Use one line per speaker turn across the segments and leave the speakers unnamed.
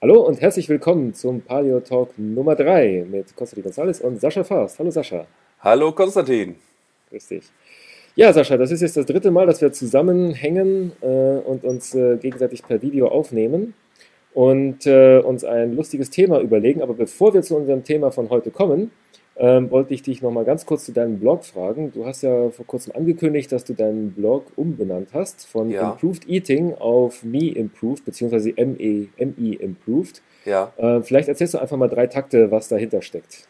Hallo und herzlich willkommen zum Paleo Talk Nummer 3 mit Konstantin Gonzalez und Sascha Faast. Hallo Sascha,
Hallo Konstantin.
grüß dich. Ja, Sascha, das ist jetzt das dritte Mal, dass wir zusammenhängen und uns gegenseitig per Video aufnehmen und uns ein lustiges Thema überlegen. Aber bevor wir zu unserem Thema von heute kommen, wollte ich dich noch mal ganz kurz zu deinem Blog fragen. Du hast ja vor kurzem angekündigt, dass du deinen Blog umbenannt hast von
Ja,
Improved Eating auf Me Improved beziehungsweise ME Improved.
ja.
Vielleicht erzählst du einfach mal drei Takte, was dahinter steckt.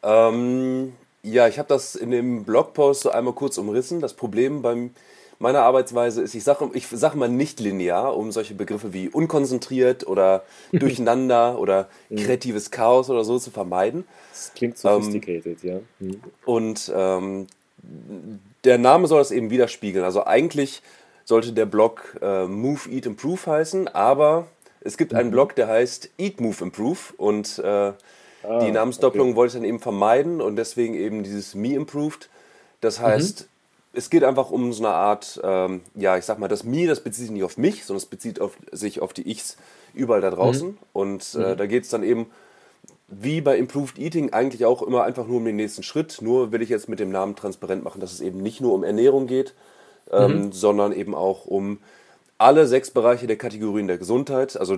Ja, ich habe das in dem Blogpost so einmal kurz umrissen. Das Problem bei meiner Arbeitsweise ist, ich sag mal nicht linear, um solche Begriffe wie unkonzentriert oder durcheinander oder
Hm,
kreatives Chaos oder so zu vermeiden.
das klingt
Ähm,
sophisticated, ja. Hm.
und der Name soll das eben widerspiegeln. Also eigentlich sollte der Blog Move, Eat, Improve heißen, aber es gibt einen
Mhm.
Blog, der heißt Eat, Move, Improve und die
Ah, okay.
Namensdoppelung wollte ich dann eben vermeiden und deswegen eben dieses Me Improved. Das
Mhm.
heißt, es geht einfach um so eine Art, ja, ich sag mal, das Me, das bezieht sich nicht auf mich, sondern es bezieht sich auf die Ichs überall da
Mhm.
draußen. Und
Mhm.
da geht es dann eben, wie bei Improved Eating, eigentlich auch immer einfach nur um den nächsten Schritt. Nur will ich jetzt mit dem Namen transparent machen, dass es eben nicht nur um Ernährung geht,
Mhm.
sondern eben auch um alle 6 Bereiche der Kategorien der Gesundheit, also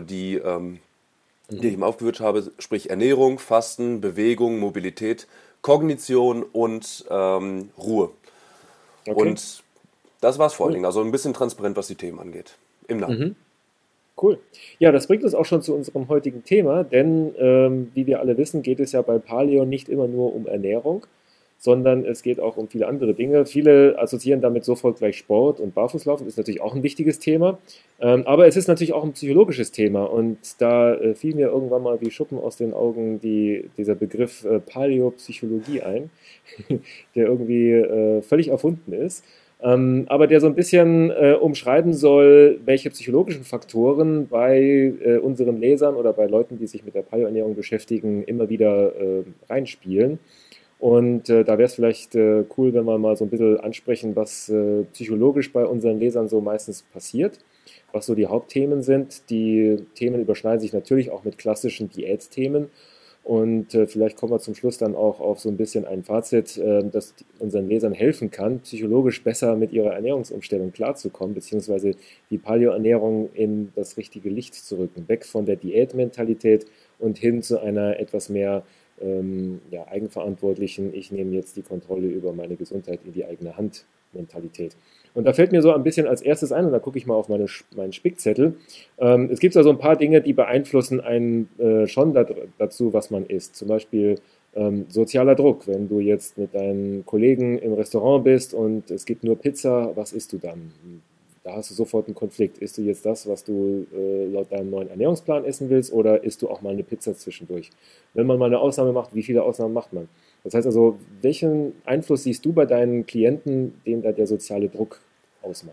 die
Mhm.
ich eben aufgeführt habe, sprich Ernährung, Fasten, Bewegung, Mobilität, Kognition und Ruhe.
Okay,
Und das war's vor allen
cool.
Dingen. Also ein bisschen transparent, was die Themen angeht. Im Namen.
Mhm. Cool. Ja, das bringt uns auch schon zu unserem heutigen Thema, denn wie wir alle wissen, geht es ja bei Paleo nicht immer nur um Ernährung, sondern es geht auch um viele andere Dinge. Viele assoziieren damit sofort gleich Sport und Barfußlaufen, ist natürlich auch ein wichtiges Thema, aber es ist natürlich auch ein psychologisches Thema und da fiel mir irgendwann mal wie Schuppen aus den Augen dieser Begriff Paläopsychologie ein, der irgendwie völlig erfunden ist. Aber der so ein bisschen umschreiben soll, welche psychologischen Faktoren bei unseren Lesern oder bei Leuten, die sich mit der Paleo-Ernährung beschäftigen, immer wieder reinspielen. Und da wäre es vielleicht cool, wenn wir mal so ein bisschen ansprechen, was psychologisch bei unseren Lesern so meistens passiert, was so die Hauptthemen sind. Die Themen überschneiden sich natürlich auch mit klassischen Diätthemen. Und vielleicht kommen wir zum Schluss dann auch auf so ein bisschen ein Fazit, das unseren Lesern helfen kann, psychologisch besser mit ihrer Ernährungsumstellung klarzukommen, beziehungsweise die Paleo-Ernährung in das richtige Licht zu rücken, weg von der Diätmentalität und hin zu einer etwas mehr ja, eigenverantwortlichen, ich nehme jetzt die Kontrolle über meine Gesundheit in die eigene Hand Mentalität. Und da fällt mir so ein bisschen als erstes ein, und da gucke ich mal auf meinen Spickzettel. Es gibt da so ein paar Dinge, die beeinflussen einen schon dazu, was man isst. Zum Beispiel sozialer Druck. Wenn du jetzt mit deinen Kollegen im Restaurant bist und es gibt nur Pizza, was isst du dann? Da hast du sofort einen Konflikt. Isst du jetzt das, was du laut deinem neuen Ernährungsplan essen willst, oder isst du auch mal eine Pizza zwischendurch? Wenn man mal eine Ausnahme macht, wie viele Ausnahmen macht man? Das heißt also, welchen Einfluss siehst du bei deinen Klienten, den da der soziale Druck ausmacht?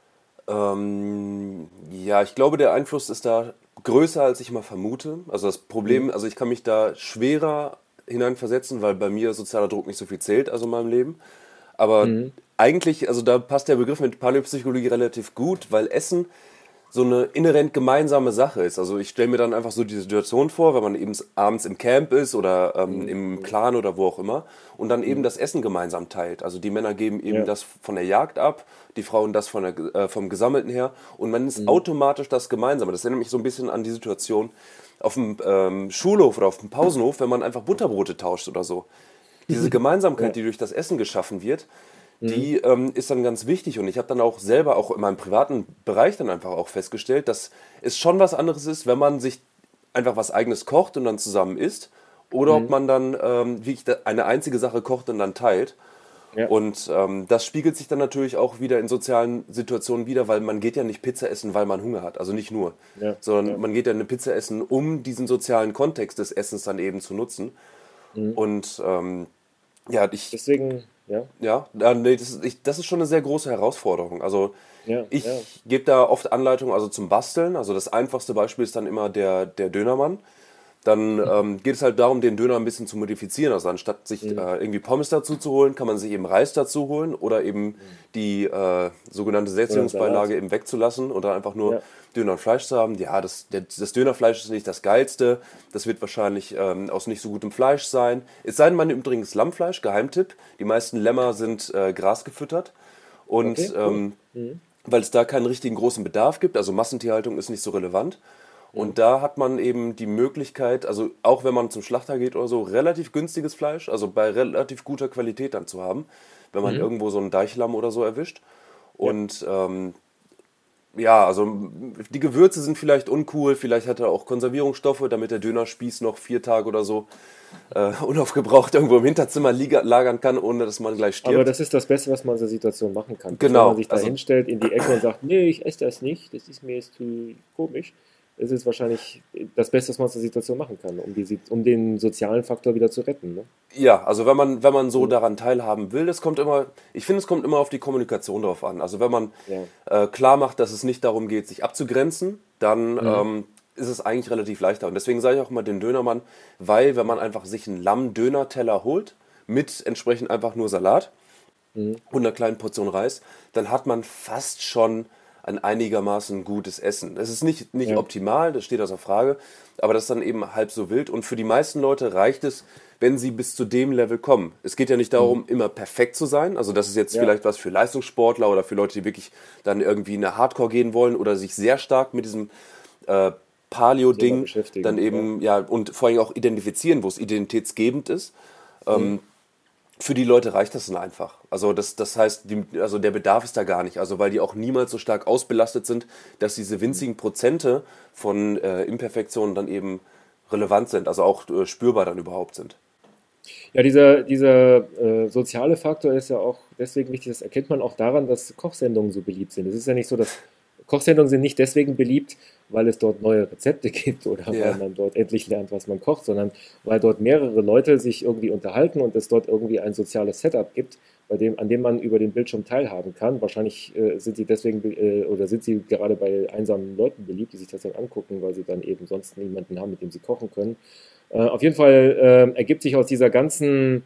Ja, ich glaube, der Einfluss ist da größer, als ich mal vermute. Also das
Mhm.
Problem, also ich kann mich da schwerer hineinversetzen, weil bei mir sozialer Druck nicht so viel zählt, also in meinem Leben. Aber
Mhm.
eigentlich, also da passt der Begriff mit Paläopsychologie relativ gut, weil Essen so eine inhärent gemeinsame Sache ist. Also ich stelle mir dann einfach so die Situation vor, wenn man eben abends im Camp ist oder
Mhm.
im
Mhm.
Clan oder wo auch immer und dann eben
Mhm.
das Essen gemeinsam teilt. Also die Männer geben eben
Ja.
das von der Jagd ab, die Frauen das vom Gesammelten her und man ist
Mhm.
automatisch das Gemeinsame. Das erinnert mich so ein bisschen an die Situation auf dem Schulhof oder auf dem Pausenhof, wenn man einfach Butterbrote tauscht oder so. Diese
Ja.
Gemeinsamkeit, die durch das Essen geschaffen wird,
Mhm.
die ist dann ganz wichtig. Und ich habe dann auch selber, auch in meinem privaten Bereich dann einfach auch festgestellt, dass es schon was anderes ist, wenn man sich einfach was Eigenes kocht und dann zusammen isst, oder ob
Mhm.
man dann wirklich eine einzige Sache kocht und dann teilt.
Ja.
Und das spiegelt sich dann natürlich auch wieder in sozialen Situationen wieder, weil man geht ja nicht Pizza essen, weil man Hunger hat. Also nicht nur,
Ja.
sondern
Ja.
man geht ja eine Pizza essen, um diesen sozialen Kontext des Essens dann eben zu nutzen.
Mhm.
Und ja,
Deswegen, ja.
nee, das ist schon eine sehr große Herausforderung. Also
Ja. Ja.
ich gebe da oft Anleitungen also zum Basteln. Also das einfachste Beispiel ist dann immer der Dönermann. dann geht es halt darum, den Döner ein bisschen zu modifizieren. Also anstatt sich irgendwie Pommes dazu zu holen, kann man sich eben Reis dazu holen oder eben die sogenannte
Oder ein Salat.
Sättigungsbeilage eben wegzulassen oder einfach nur
Ja.
Döner und Fleisch zu haben. Ja, das Dönerfleisch ist nicht das Geilste. Das wird wahrscheinlich aus nicht so gutem Fleisch sein. Es sei denn, man nimmt übrigens Lammfleisch, Geheimtipp. Die meisten Lämmer sind grasgefüttert. Und
Okay, cool. Mhm.
weil es da keinen richtigen großen Bedarf gibt, also Massentierhaltung ist nicht so relevant.
Mhm.
Und da hat man eben die Möglichkeit, also auch wenn man zum Schlachter geht oder so, relativ günstiges Fleisch, also bei relativ guter Qualität dann zu haben, wenn man
Mhm.
irgendwo so ein Deichlamm oder so erwischt.
Ja.
Und ja, also die Gewürze sind vielleicht uncool, vielleicht hat er auch Konservierungsstoffe, damit der Dönerspieß noch 4 Tage oder so unaufgebraucht irgendwo im Hinterzimmer lagern kann, ohne dass man gleich
Aber
stirbt.
das ist das Beste, was man in der Situation machen kann. Bevor man
Genau,
sich da
also
hinstellt in die Ecke und sagt, nee, ich esse das nicht, das ist mir jetzt zu komisch. Es ist wahrscheinlich das Beste, was man aus der Situation machen kann, um den sozialen Faktor wieder zu retten. Ne?
ja, also wenn man so
Mhm.
daran teilhaben will, ich finde, es kommt immer auf die Kommunikation drauf an. Also wenn man
Ja.
klar macht, dass es nicht darum geht, sich abzugrenzen, dann
Mhm.
ist es eigentlich relativ leichter. Und deswegen sage ich auch mal den Dönermann, weil wenn man einfach sich einen Lamm-Döner-Teller holt, mit entsprechend einfach nur Salat
Mhm.
und einer kleinen Portion Reis, dann hat man fast schon ein einigermaßen gutes Essen. Es ist nicht
Ja.
optimal, das steht außer Frage, aber das ist dann eben halb so wild. Und für die meisten Leute reicht es, wenn sie bis zu dem Level kommen. Es geht ja nicht
Mhm.
darum, immer perfekt zu sein. Also das ist jetzt
Ja.
vielleicht was für Leistungssportler oder für Leute, die wirklich dann irgendwie in eine Hardcore gehen wollen oder sich sehr stark mit diesem äh,
Thema
Paleo-Ding dann
beschäftigen. Ja.
eben, ja, und vor allem auch identifizieren, wo es identitätsgebend ist.
Mhm.
Für die Leute reicht das dann einfach. Also das heißt, also der Bedarf ist da gar nicht. Also weil die auch niemals so stark ausbelastet sind, dass diese winzigen Prozente von Imperfektionen dann eben relevant sind, also auch spürbar dann überhaupt sind.
Ja, dieser soziale Faktor ist ja auch deswegen wichtig, das erkennt man auch daran, dass Kochsendungen so beliebt sind. Es ist ja nicht so, dass Kochsendungen sind nicht deswegen beliebt, weil es dort neue Rezepte gibt oder weil
Ja,
man dort endlich lernt, was man kocht, sondern weil dort mehrere Leute sich irgendwie unterhalten und es dort irgendwie ein soziales Setup gibt, an dem man über den Bildschirm teilhaben kann. Wahrscheinlich sind sie deswegen oder sind sie gerade bei einsamen Leuten beliebt, die sich das dann angucken, weil sie dann eben sonst niemanden haben, mit dem sie kochen können. Auf jeden Fall ergibt sich aus dieser ganzen,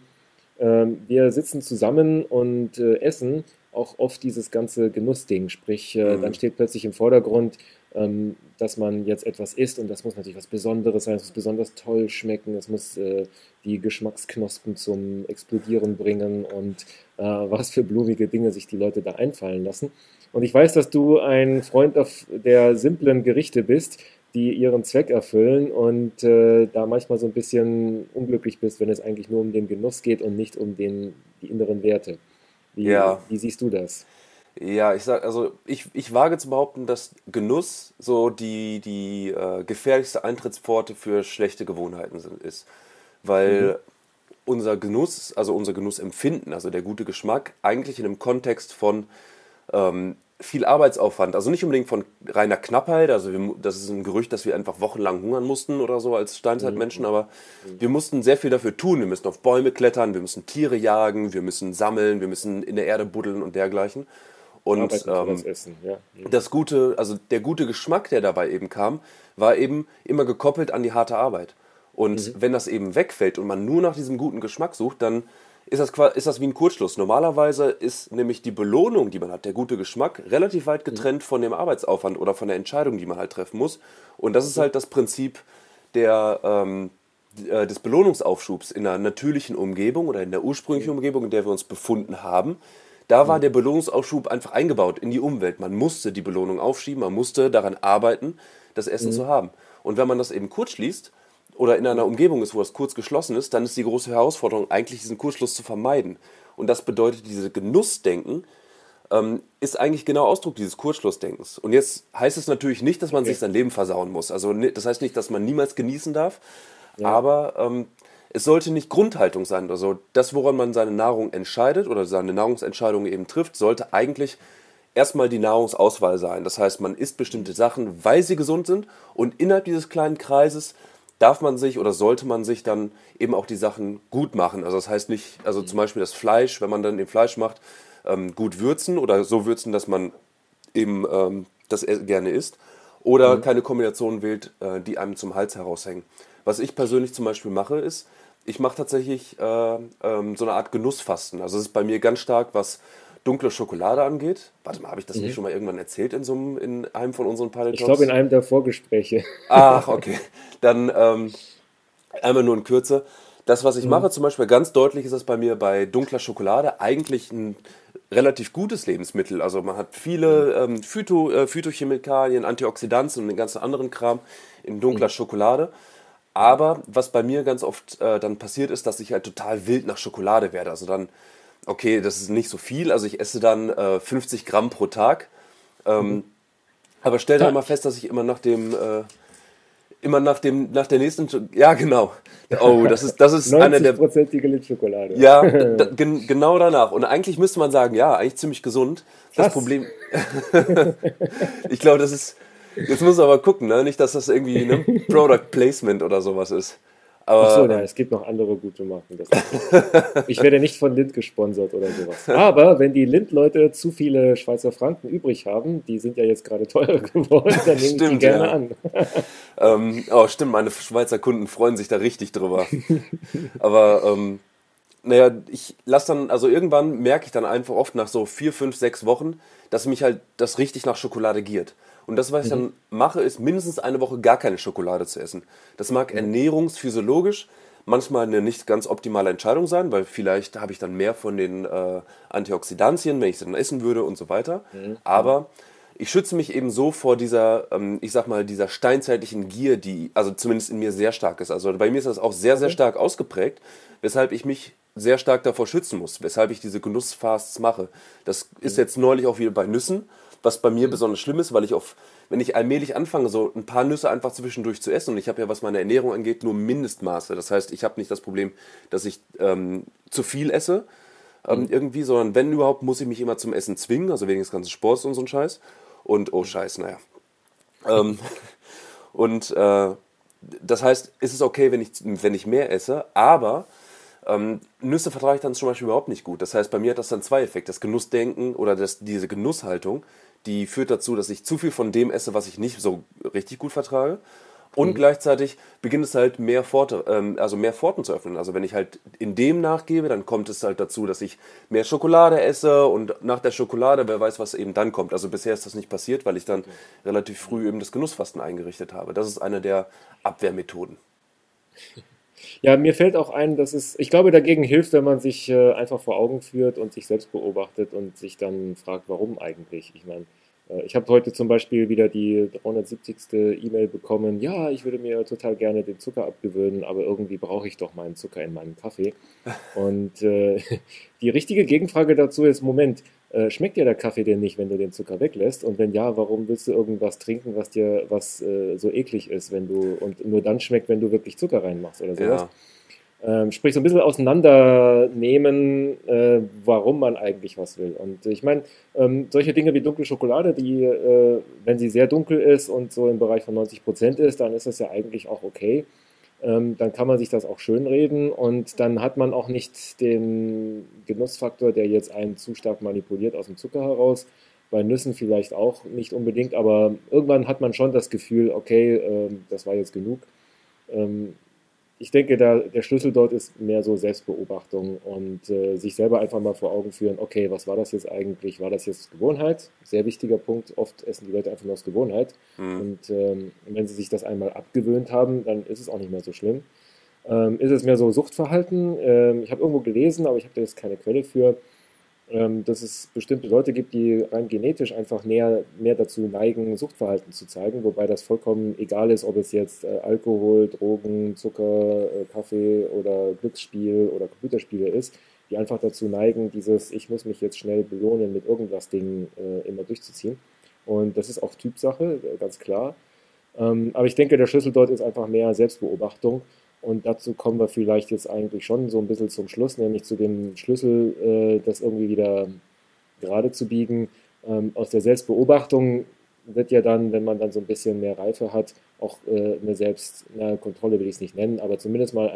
wir sitzen zusammen und essen, auch oft dieses ganze Genussding. Sprich, dann
mhm.
steht plötzlich im Vordergrund, dass man jetzt etwas isst und das muss natürlich was Besonderes sein, es muss besonders toll schmecken, es muss die Geschmacksknospen zum Explodieren bringen und was für blumige Dinge sich die Leute da einfallen lassen. Und ich weiß, dass du ein Freund der simplen Gerichte bist, die ihren Zweck erfüllen und da manchmal so ein bisschen unglücklich bist, wenn es eigentlich nur um den Genuss geht und nicht um die inneren Werte.
Ja,
Wie siehst du das?
ja, ich wage zu behaupten, dass Genuss so die gefährlichste Eintrittspforte für schlechte Gewohnheiten ist.
Mhm.
Weil unser Genuss, also unser Genussempfinden, also der gute Geschmack, eigentlich in einem Kontext von viel Arbeitsaufwand, also nicht unbedingt von reiner Knappheit, also das ist ein Gerücht, dass wir einfach wochenlang hungern mussten oder so als
Mhm.
Steinzeitmenschen, aber
Mhm.
wir mussten sehr viel dafür tun. Wir müssen auf Bäume klettern, wir müssen Tiere jagen, wir müssen sammeln, wir müssen in der Erde buddeln und dergleichen. Und
Arbeiten für das Essen, ja. Mhm.
also der gute Geschmack, der dabei eben kam, war eben immer gekoppelt an die harte Arbeit. Und
Mhm.
wenn das eben wegfällt und man nur nach diesem guten Geschmack sucht, dann ist das wie ein Kurzschluss. Normalerweise ist nämlich die Belohnung, die man hat, der gute Geschmack, relativ weit
Mhm.
getrennt von dem Arbeitsaufwand oder von der Entscheidung, die man halt treffen muss. Und das ist
Okay.
halt das Prinzip des Belohnungsaufschubs in einer natürlichen Umgebung oder in der ursprünglichen
Mhm.
Umgebung, in der wir uns befunden haben. Da war
Mhm.
der Belohnungsaufschub einfach eingebaut in die Umwelt. Man musste die Belohnung aufschieben, man musste daran arbeiten, das Essen
Mhm.
zu haben. Und wenn man das eben kurz schließt oder in einer
Mhm.
Umgebung ist, wo das kurz geschlossen ist, dann ist die große Herausforderung eigentlich, diesen Kurzschluss zu vermeiden. Und das bedeutet, diese Genussdenken ist eigentlich genau Ausdruck dieses Kurzschlussdenkens. Und jetzt heißt es natürlich nicht, dass man sich
Okay.
sein Leben versauen muss. Also das heißt nicht, dass man niemals genießen darf,
Ja.
aber es sollte nicht Grundhaltung sein. Also das, woran man seine Nahrung entscheidet oder seine Nahrungsentscheidungen eben trifft, sollte eigentlich erstmal die Nahrungsauswahl sein. Das heißt, man isst bestimmte Sachen, weil sie gesund sind und innerhalb dieses kleinen Kreises darf man sich oder sollte man sich dann eben auch die Sachen gut machen. Also das heißt nicht, also zum Beispiel das Fleisch, wenn man dann den Fleisch macht, gut würzen oder so würzen, dass man eben das gerne isst oder
Mhm.
keine Kombination wählt, die einem zum Hals heraushängen. Was ich persönlich zum Beispiel mache, ist, ich mache tatsächlich so eine Art Genussfasten. Also es ist bei mir ganz stark, was dunkle Schokolade angeht. Warte mal, habe ich das nicht
Mhm.
schon mal irgendwann erzählt in einem von unseren Paleo
Ich glaube, in
Talks?
einem der Vorgespräche.
Ach, okay. Dann einmal nur in Kürze. Das, was ich
Mhm.
mache, zum Beispiel ganz deutlich ist das bei mir bei dunkler Schokolade eigentlich ein relativ gutes Lebensmittel. Also man hat
Mhm.
viele Phytochemikalien, Antioxidantien und den ganzen anderen Kram in dunkler
Mhm.
Schokolade.
Mhm.
Aber was bei mir ganz oft dann passiert ist, dass ich halt total wild nach Schokolade werde. Also dann, okay, das ist nicht so viel. Also ich esse dann 50 Gramm pro Tag.
Mhm.
Aber stell dann
Ha,
immer fest, dass ich nach der nächsten, ja genau. Oh, das ist einer der,
90-prozentige Lindschokolade.
ja, genau danach. Und eigentlich müsste man sagen, ja, eigentlich ziemlich gesund. Das
Was?
Problem, ich glaube, das ist, jetzt muss man aber gucken, ne? Nicht, dass das irgendwie, ne, Product Placement oder sowas ist.
Ach so,
Aber,
ja, es gibt noch andere gute Marken, das ist richtig. Ich werde nicht von Lindt gesponsert oder sowas. Aber wenn die Lindt-Leute zu viele Schweizer Franken übrig haben, die sind ja jetzt gerade teurer geworden, dann nehme ich die
stimmt,
gerne
ja.
an.
Oh, stimmt, meine Schweizer Kunden freuen sich da richtig drüber. Aber, naja, ich lasse dann, also irgendwann merke ich dann einfach oft nach so 4, 5, 6 Wochen, dass mich halt das richtig nach Schokolade giert. Und das, was ich
Mhm.
dann mache, ist mindestens eine Woche gar keine Schokolade zu essen. Das mag
Mhm.
ernährungsphysiologisch manchmal eine nicht ganz optimale Entscheidung sein, weil vielleicht habe ich dann mehr von den Antioxidantien, wenn ich es dann essen würde und so weiter.
Mhm. Mhm.
Aber ich schütze mich eben so vor dieser, ich sag mal, dieser steinzeitlichen Gier, die also zumindest in mir sehr stark ist. Also bei mir ist das auch sehr, sehr
Okay.
stark ausgeprägt, weshalb ich mich sehr stark davor schützen muss, weshalb ich diese Genussfasts mache. Das ist
Mhm.
jetzt neulich auch wieder bei Nüssen, was bei mir
Mhm.
besonders schlimm ist, weil wenn ich allmählich anfange, so ein paar Nüsse einfach zwischendurch zu essen, und ich habe ja, was meine Ernährung angeht, nur Mindestmaße. Das heißt, ich habe nicht das Problem, dass ich zu viel esse,
Mhm.
irgendwie, sondern wenn überhaupt, muss ich mich immer zum Essen zwingen, also wegen des ganzen Sports und so ein Scheiß. Und, oh
Mhm.
Scheiß, naja. Ähm, und das heißt, ist es okay, wenn ich mehr esse, aber Nüsse vertrage ich dann zum Beispiel überhaupt nicht gut. Das heißt, bei mir hat das dann zwei Effekte. Das Genussdenken oder diese Genusshaltung, die führt dazu, dass ich zu viel von dem esse, was ich nicht so richtig gut vertrage. Und
Mhm.
gleichzeitig beginnt es halt also mehr Pforten zu öffnen. Also wenn ich halt in dem nachgebe, dann kommt es halt dazu, dass ich mehr Schokolade esse und nach der Schokolade, wer weiß, was eben dann kommt. Also bisher ist das nicht passiert, weil ich dann
Okay.
relativ
Mhm.
früh eben das Genussfasten eingerichtet habe. Das ist eine der Abwehrmethoden.
Ja, mir fällt auch ein, dass es, ich glaube, dagegen hilft, wenn man sich einfach vor Augen führt und sich selbst beobachtet und sich dann fragt, warum eigentlich. Ich meine, ich habe heute zum Beispiel wieder die 370. E-Mail bekommen, ja, ich würde mir total gerne den Zucker abgewöhnen, aber irgendwie brauche ich doch meinen Zucker in meinem Kaffee. Und die richtige Gegenfrage dazu ist, Moment, schmeckt dir der Kaffee denn nicht, wenn du den Zucker weglässt? Und wenn ja, warum willst du irgendwas trinken, was so eklig ist, wenn du und nur dann schmeckt, wenn du wirklich Zucker reinmachst oder sowas?
Ja,
Sprich, so ein bisschen auseinandernehmen, warum man eigentlich was will. Und ich meine, solche Dinge wie dunkle Schokolade, die, wenn sie sehr dunkel ist und so im Bereich von 90% ist, dann ist das ja eigentlich auch okay. Dann kann man sich das auch schönreden und dann hat man auch nicht den Genussfaktor, der jetzt einen zu stark manipuliert aus dem Zucker heraus. Bei Nüssen vielleicht auch nicht unbedingt, aber irgendwann hat man schon das Gefühl, okay, das war jetzt genug. Ähm, Ich denke, der Schlüssel dort ist mehr so Selbstbeobachtung und sich selber einfach mal vor Augen führen, okay, was war das jetzt eigentlich? War das jetzt Gewohnheit? Sehr wichtiger Punkt. Oft essen die Leute einfach nur aus Gewohnheit.
hm,
Und wenn sie sich das einmal abgewöhnt haben, dann ist es auch nicht mehr so schlimm. Ist es mehr so Suchtverhalten? Ich habe irgendwo gelesen, aber ich habe da jetzt keine Quelle für, dass es bestimmte Leute gibt, die rein genetisch einfach mehr dazu neigen, Suchtverhalten zu zeigen, wobei das vollkommen egal ist, ob es jetzt Alkohol, Drogen, Zucker, Kaffee oder Glücksspiel oder Computerspiele ist, die einfach dazu neigen, dieses Ich muss mich jetzt schnell belohnen mit irgendwas Ding immer durchzuziehen. Und das ist auch Typsache, ganz klar. Aber ich denke, der Schlüssel dort ist einfach mehr Selbstbeobachtung. Und dazu kommen wir vielleicht jetzt eigentlich schon so ein bisschen zum Schluss, nämlich zu dem Schlüssel, das irgendwie wieder gerade zu biegen. Aus der Selbstbeobachtung wird ja dann, wenn man dann so ein bisschen mehr Reife hat, auch na, Kontrolle will ich es nicht nennen, aber zumindest mal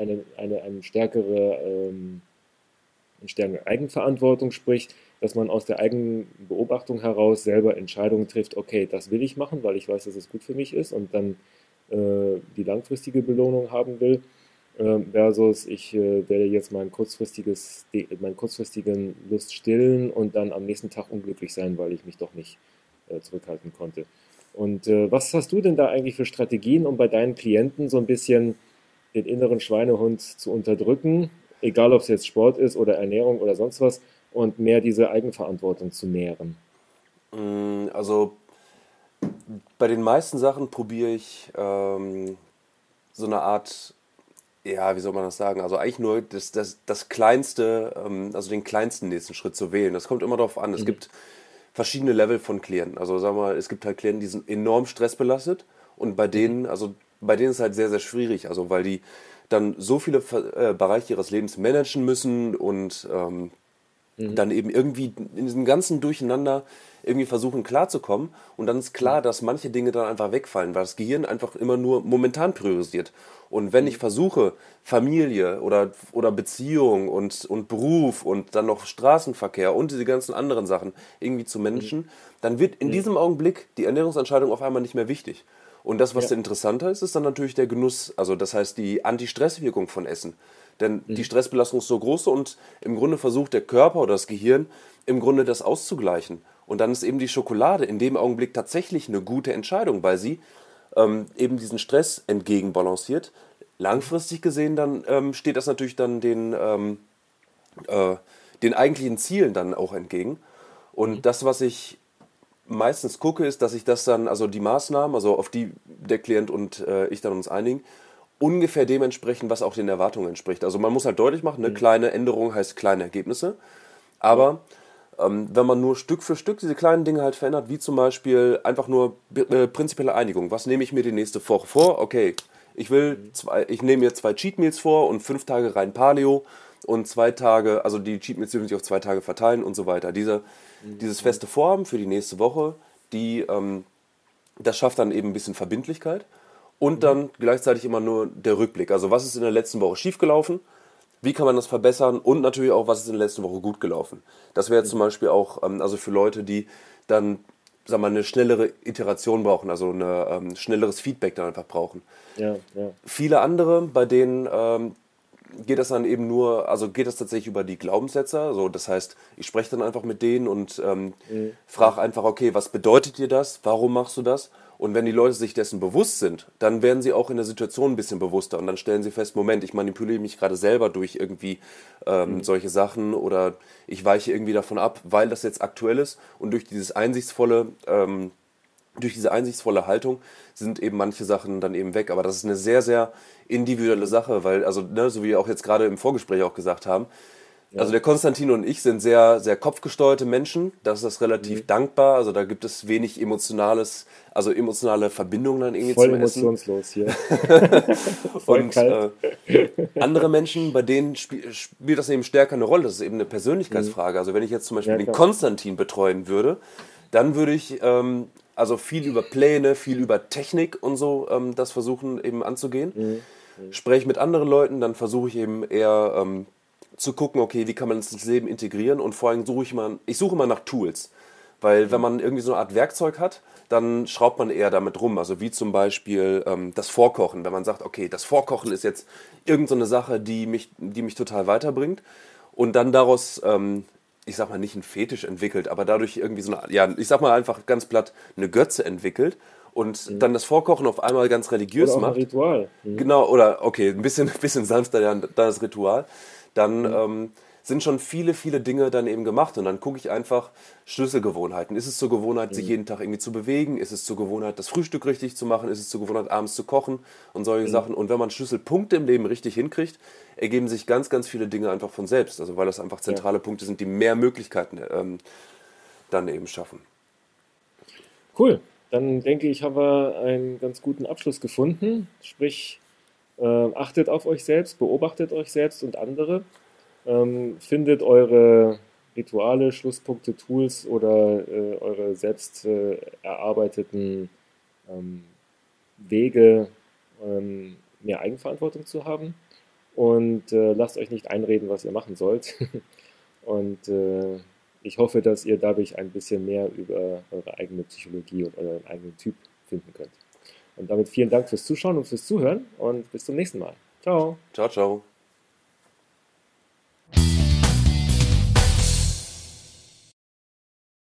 eine stärkere Eigenverantwortung spricht, dass man aus der eigenen Beobachtung heraus selber Entscheidungen trifft, okay, das will ich machen, weil ich weiß, dass es gut für mich ist und dann die langfristige Belohnung haben will, versus ich werde jetzt meinen kurzfristigen Lust stillen und dann am nächsten Tag unglücklich sein, weil ich mich doch nicht zurückhalten konnte. Und was hast du denn da eigentlich für Strategien, um bei deinen Klienten so ein bisschen den inneren Schweinehund zu unterdrücken, egal ob es jetzt Sport ist oder Ernährung oder sonst was, und mehr diese Eigenverantwortung zu nähren?
Also bei den meisten Sachen probiere ich so eine Art, ja, wie soll man das sagen? Also eigentlich nur das kleinste, also den kleinsten nächsten Schritt zu wählen. Das kommt immer darauf an. Es
Mhm.
gibt verschiedene Level von Klienten. Also sagen wir mal, es gibt halt Klienten, die sind enorm stressbelastet und
Mhm.
bei denen ist halt sehr, sehr schwierig. Also weil die dann so viele Bereiche ihres Lebens managen müssen und
Mhm.
dann eben irgendwie in diesem ganzen Durcheinander irgendwie versuchen klarzukommen. Und dann ist
Mhm.
klar, dass manche Dinge dann einfach wegfallen, weil das Gehirn einfach immer nur momentan priorisiert. Und wenn ich
Mhm.
versuche, Familie oder Beziehung und Beruf und dann noch Straßenverkehr und diese ganzen anderen Sachen irgendwie zu
Mhm.
managen, dann wird in
Mhm.
diesem Augenblick die Ernährungsentscheidung auf einmal nicht mehr wichtig. Und das, was
Ja.
dann interessanter ist, ist dann natürlich der Genuss, also das heißt die Anti-Stress-Wirkung von Essen. Denn die
Mhm.
Stressbelastung ist so groß und im Grunde versucht der Körper oder das Gehirn im Grunde das auszugleichen. Und dann ist eben die Schokolade in dem Augenblick tatsächlich eine gute Entscheidung, weil sie eben diesen Stress entgegenbalanciert.
Mhm.
Langfristig gesehen dann steht das natürlich dann äh, den eigentlichen Zielen dann auch entgegen.
Mhm.
Und das, was ich meistens gucke, ist, dass ich das dann, also die Maßnahmen, also auf die der Klient und ich dann uns einigen, ungefähr dementsprechend, was auch den Erwartungen entspricht. Also man muss halt deutlich machen, eine
Mhm.
kleine Änderung heißt kleine Ergebnisse.
Ja.
Aber wenn man nur Stück für Stück diese kleinen Dinge halt verändert, wie zum Beispiel einfach nur prinzipielle Einigung. Was nehme ich mir die nächste Woche vor? Okay,
Mhm.
ich nehme mir 2 Cheat Meals vor und 5 Tage rein Paleo und 2 Tage, also die Cheat Meals dürfen sich auf 2 Tage verteilen und so weiter.
Mhm.
Dieses
Mhm.
feste Vorhaben für die nächste Woche, das schafft dann eben ein bisschen Verbindlichkeit und
Mhm.
dann gleichzeitig immer nur der Rückblick. Also was ist in der letzten Woche schiefgelaufen? Wie kann man das verbessern? Und natürlich auch, was ist in der letzten Woche gut gelaufen? Das wäre zum
Mhm.
Beispiel auch, also für Leute, die dann, sagen wir mal, eine schnellere Iteration brauchen, also ein schnelleres Feedback dann einfach brauchen.
Ja, ja.
Viele andere, bei denen geht das dann eben nur, also geht das tatsächlich über die Glaubenssätze. Also das heißt, ich spreche dann einfach mit denen und
Mhm. Mhm.
frage einfach, okay, was bedeutet dir das? Warum machst du das? Und wenn die Leute sich dessen bewusst sind, dann werden sie auch in der Situation ein bisschen bewusster und dann stellen sie fest, Moment, ich manipuliere mich gerade selber durch irgendwie
Mhm.
solche Sachen oder ich weiche irgendwie davon ab, weil das jetzt aktuell ist und durch diese einsichtsvolle Haltung sind eben manche Sachen dann eben weg. Aber das ist eine sehr, sehr individuelle
Mhm.
Sache, weil, also, ne, so wie wir auch jetzt gerade im Vorgespräch auch gesagt haben, also
Ja.
der Konstantin und ich sind sehr, sehr kopfgesteuerte Menschen. Das ist relativ
Mhm.
dankbar. Also da gibt es wenig emotionales, also emotionale Verbindungen dann irgendwie
Voll
zum Essen.
emotionslos hier. Voll
Und
kalt.
andere Menschen, bei denen spielt das eben stärker eine Rolle. Das ist eben eine
Mhm.
Persönlichkeitsfrage. Also wenn ich jetzt zum Beispiel
Ja,
den
klar.
Konstantin betreuen würde, dann würde ich also viel über Pläne, viel über Technik und so das versuchen eben anzugehen.
Mhm. Mhm.
Spreche ich mit anderen Leuten, dann versuche ich eben eher zu gucken, okay, wie kann man das ins Leben integrieren und vor allem ich suche immer nach Tools. Weil wenn
Mhm.
man irgendwie so eine Art Werkzeug hat, dann schraubt man eher damit rum. Also wie zum Beispiel das Vorkochen. Wenn man sagt, okay, das Vorkochen ist jetzt irgend so eine Sache, die mich total weiterbringt. Und dann daraus, ich sag mal, nicht einen Fetisch entwickelt, aber dadurch irgendwie so eine, ja, ich sag mal einfach ganz platt, eine Götze entwickelt und
Mhm.
dann das Vorkochen auf einmal ganz
Oder
religiös
auch ein
macht.
Ritual. Mhm.
Genau, oder okay, ein bisschen, bisschen sanfter dann das Ritual. Dann
Mhm.
sind schon viele, viele Dinge dann eben gemacht. Und dann gucke ich einfach Schlüsselgewohnheiten. Ist es zur Gewohnheit, sich
Mhm.
jeden Tag irgendwie zu bewegen? Ist es zur Gewohnheit, das Frühstück richtig zu machen? Ist es zur Gewohnheit, abends zu kochen? Und solche
Mhm.
Sachen. Und wenn man Schlüsselpunkte im Leben richtig hinkriegt, ergeben sich ganz, ganz viele Dinge einfach von selbst. Also weil das einfach
Ja,
zentrale Punkte sind, die mehr Möglichkeiten dann eben schaffen.
cool. Dann denke ich, haben wir einen ganz guten Abschluss gefunden. Sprich, achtet auf euch selbst, beobachtet euch selbst und andere, findet eure Rituale, Schlusspunkte, Tools oder eure selbst erarbeiteten ähm, Wege, mehr Eigenverantwortung zu haben. Und lasst euch nicht einreden, was ihr machen sollt. Und ich hoffe, dass ihr dadurch ein bisschen mehr über eure eigene Psychologie und euren eigenen Typ finden könnt. Und damit vielen Dank fürs Zuschauen und fürs Zuhören und bis zum nächsten Mal. Ciao.
Ciao, ciao.